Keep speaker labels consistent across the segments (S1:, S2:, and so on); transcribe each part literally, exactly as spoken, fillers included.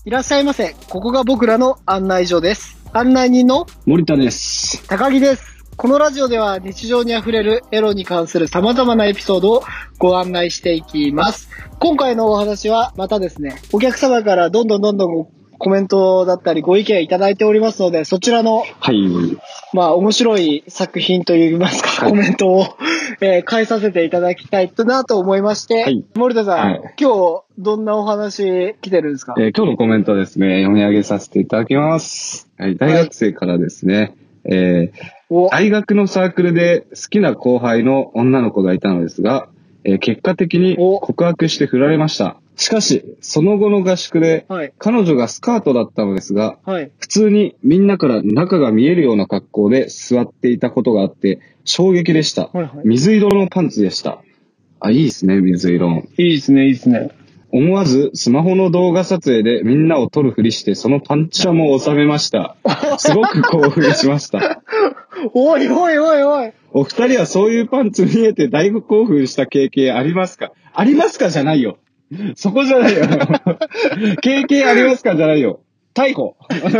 S1: いらっしゃいませ。ここが僕らの案内所です。案内人の
S2: 森田です。
S1: 高木です。このラジオでは日常にあふれるエロに関する様々なエピソードをご案内していきます。今回のお話はまたですね、お客様からどんどんどんどんコメントだったりご意見いただいておりますので、そちらの、
S2: はい。
S1: まあ面白い作品といいますか、はい、コメントを、えー、返させていただきたいなと思いまして、はい、森田さん、はい、今日どんなお話来てるんですか？
S2: えー、今日のコメントですね、読み上げさせていただきます。はい、大学生からですね、はい、えー、大学のサークルで好きな後輩の女の子がいたのですが、えー、結果的に告白して振られました。しかし、その後の合宿で、はい、彼女がスカートだったのですが、はい、普通にみんなから中が見えるような格好で座っていたことがあって、衝撃でした。はいはい、水色のパンツでした。あ、いいですね、水色。
S1: いいですね、いいですね。
S2: 思わずスマホの動画撮影でみんなを撮るふりして、そのパンチャも収めました。すごく興奮しました。
S1: おいおいおいおい。
S2: お二人はそういうパンツ見えてだいぶ興奮した経験ありますか？ありますかじゃないよ。そこじゃないよ。経験ありますかじゃないよ。逮捕。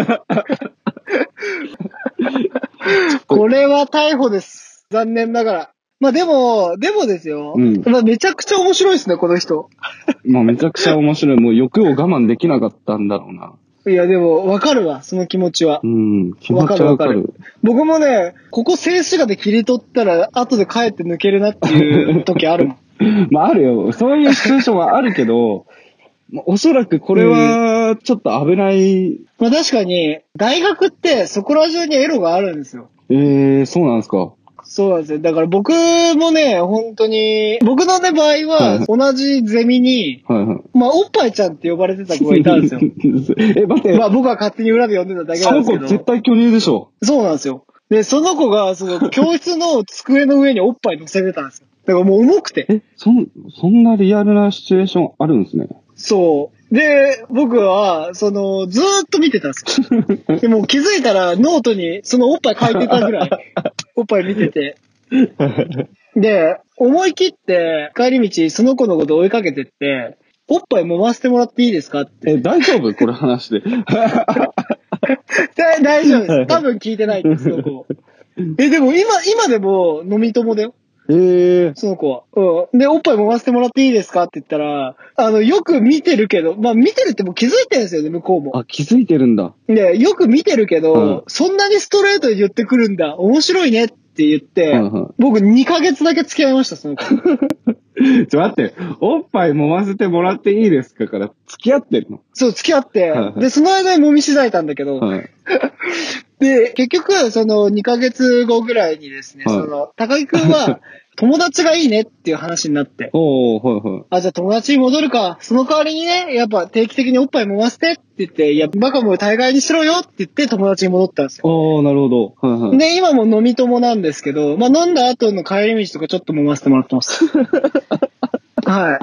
S1: これは逮捕です。残念ながら。まあでも、でもですよ。うん、まあめちゃくちゃ面白いですね、この人。
S2: まあめちゃくちゃ面白い。もう欲を我慢できなかったんだろうな。
S1: いやでも、わかるわ、その気持ちは。
S2: うん、気持ちはわかる。わかる。
S1: 僕もね、ここ静止画で切り取ったら、後で帰って抜けるなっていう時あるもん。
S2: まああるよ。そういうシチュエーションはあるけど、おそらくこれはちょっと危ない。うん、
S1: まあ確かに、大学ってそこら中にエロがあるんですよ。
S2: ええー、そうなんですか。
S1: そうなんですよ。だから僕もね、本当に、僕のね、場合は、同じゼミに、はいはい、まあ、おっぱいちゃんって呼ばれてた子がいたんですよ。
S2: え、待って。
S1: まあ僕は勝手に裏で呼んでただけなんですけど。
S2: その子絶対巨乳でしょ。
S1: そうなんですよ。で、その子が、その、教室の机の上におっぱい乗せてたんですよ。だからもう重くて。
S2: え、そん、そんなリアルなシチュエーションあるんですね。
S1: そう。で、僕は、その、ずーっと見てたんですよ。でも気づいたらノートにそのおっぱい書いてたぐらい、おっぱい見てて。で、思い切って帰り道その子のこと追いかけてって、おっぱい揉ませてもらっていいですかって。
S2: え、大丈夫これ話で。
S1: 大丈夫です。多分聞いてないです、その子。え、でも今、今でも飲み友だよ。
S2: ええー。
S1: その子は。うん。で、おっぱい揉ませてもらっていいですかって言ったら、あの、よく見てるけど、まあ見てるってもう気づいてるんですよね、向こうも。
S2: あ、気づいてるんだ。
S1: で、よく見てるけど、うん、そんなにストレートに言ってくるんだ。面白いねって言って、うんうん、僕にかげつだけ付き合いました、その子。
S2: ちょ、待って、おっぱい揉ませてもらっていいですかから付き合ってるの？
S1: そう、付き合って、で、その間に揉みしだいたんだけど、はい、で、結局、そのにかげつごぐらいにですね、はい、その、高木くんは、友達がいいねっていう話になって。
S2: おー、はいはい。
S1: あ、じゃあ友達に戻るか。その代わりにね、やっぱ定期的におっぱい揉ませてって言って、いや、バカも大概にしろよって言って友達に戻ったんですよ。
S2: おー、なるほど。はいはい。
S1: で、今も飲み友なんですけど、まあ飲んだ後の帰り道とかちょっと揉ませてもらってます。はい。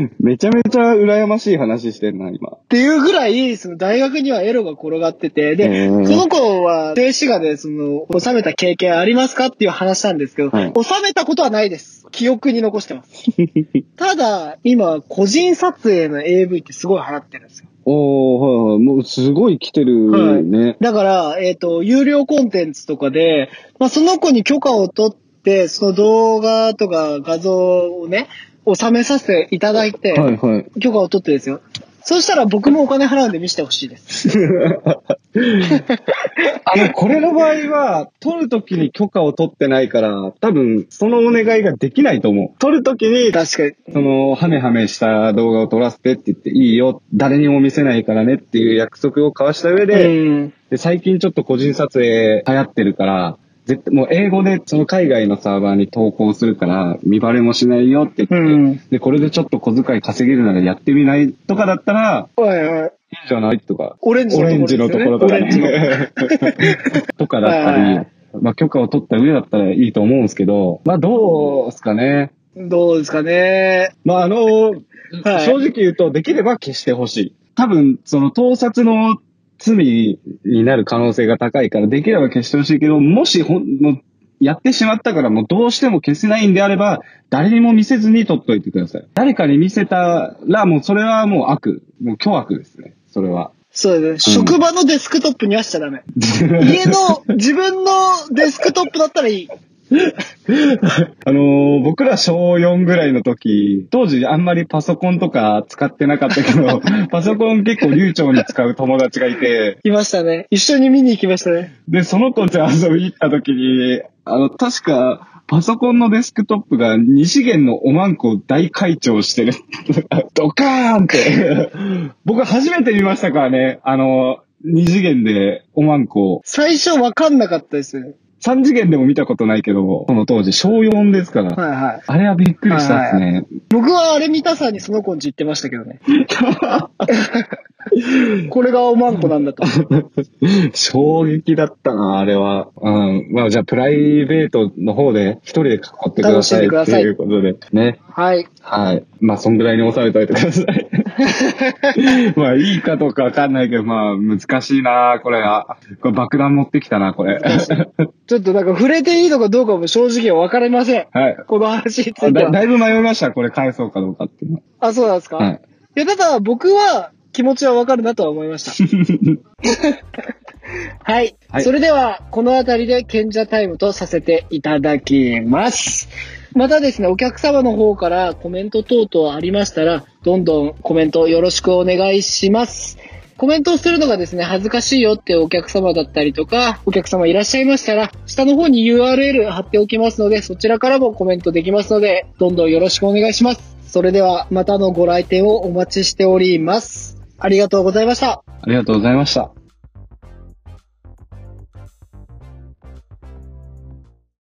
S2: めちゃめちゃ羨ましい話してるな、今。
S1: っていうぐらい、その大学にはエロが転がってて、で、その子は静止画でその、収めた経験ありますかっていう話なんですけど、はい、収めたことはないです。記憶に残してます。ただ、今、個人撮影の エーブイ ってすごい流行ってるんですよ。
S2: おー、はいはい。もうすごい来てるね。はい、
S1: だから、えっと、有料コンテンツとかで、まあ、その子に許可を取って、その動画とか画像をね、収めさせていただいて、はいはい、許可を取ってですよ。そうしたら僕もお金払うんで見せてほしいです。
S2: あの、これの場合は、撮るときに許可を取ってないから、多分、そのお願いができないと思う。撮るときに、
S1: 確かに。
S2: その、ハメハメした動画を撮らせてって言って、いいよ、誰にも見せないからねっていう約束を交わした上で、うん、で最近ちょっと個人撮影流行ってるから、絶対もう英語でその海外のサーバーに投稿するから見バレもしないよって言って、うん、でこれでちょっと小遣い稼げるならやってみないとかだったら、
S1: はいはい、
S2: いいじゃないとか、
S1: オレンジのところとか、ね、
S2: とかだったり、まあ許可を取った上だったらいいと思うんですけど、まあどうですかね。
S1: どうですかね。
S2: まああの、はい、正直言うとできれば消してほしい。多分その盗撮の罪になる可能性が高いからできれば消してほしいけど、もしほんのやってしまったからもうどうしても消せないんであれば、誰にも見せずに撮っといてください。誰かに見せたらもうそれはもう悪、もう巨悪ですね。 それは。
S1: そうですね、うん。職場のデスクトップにはしちゃダメ。家の、自分のデスクトップだったらいい。
S2: あのー、僕ら小よんぐらいの時、当時あんまりパソコンとか使ってなかったけど、パソコン結構流暢に使う友達がいて。
S1: いましたね。一緒に見に行きましたね。
S2: で、その子と遊びに行った時に、あの、確か、パソコンのデスクトップが二次元のおまんこを大開帳してる。ドカーンって。僕初めて見ましたからね。あの、二次元でおまんこ。
S1: 最初わかんなかったですよ。
S2: 三次元でも見たことないけど、その当時、小よんですから。
S1: はいはい。
S2: あれはびっくりしたですね。はいはい、
S1: 僕はあれ見たさにその子んち行ってましたけどね。これがおまんこなんだと。
S2: 衝撃だったな、あれは。うん。まあじゃあ、プライベートの方で一人で囲ってくださいっていうことで。ね。
S1: はい。
S2: はい。まあ、そんぐらいに収めておいてください。まあ、いいかどうかわかんないけど、まあ、難しいな、これは。これ爆弾持ってきたな、これ。
S1: ちょっとなんか触れていいのかどうかも正直わかりません。
S2: はい。
S1: この話については。
S2: だ, だいぶ迷いました、これ返そうかどうかっていうの。
S1: あ、そうなんですか？はい。いや、ただ僕は気持ちはわかるなとは思いました。はい、はい。それでは、このあたりで賢者タイムとさせていただきます。またですね、お客様の方からコメント等々ありましたら、どんどんコメントよろしくお願いします。コメントをするのがですね、恥ずかしいよってお客様だったりとか、お客様いらっしゃいましたら、下の方に ユーアールエル 貼っておきますので、そちらからもコメントできますので、どんどんよろしくお願いします。それでは、またのご来店をお待ちしております。ありがとうございました。
S2: ありがとうございました。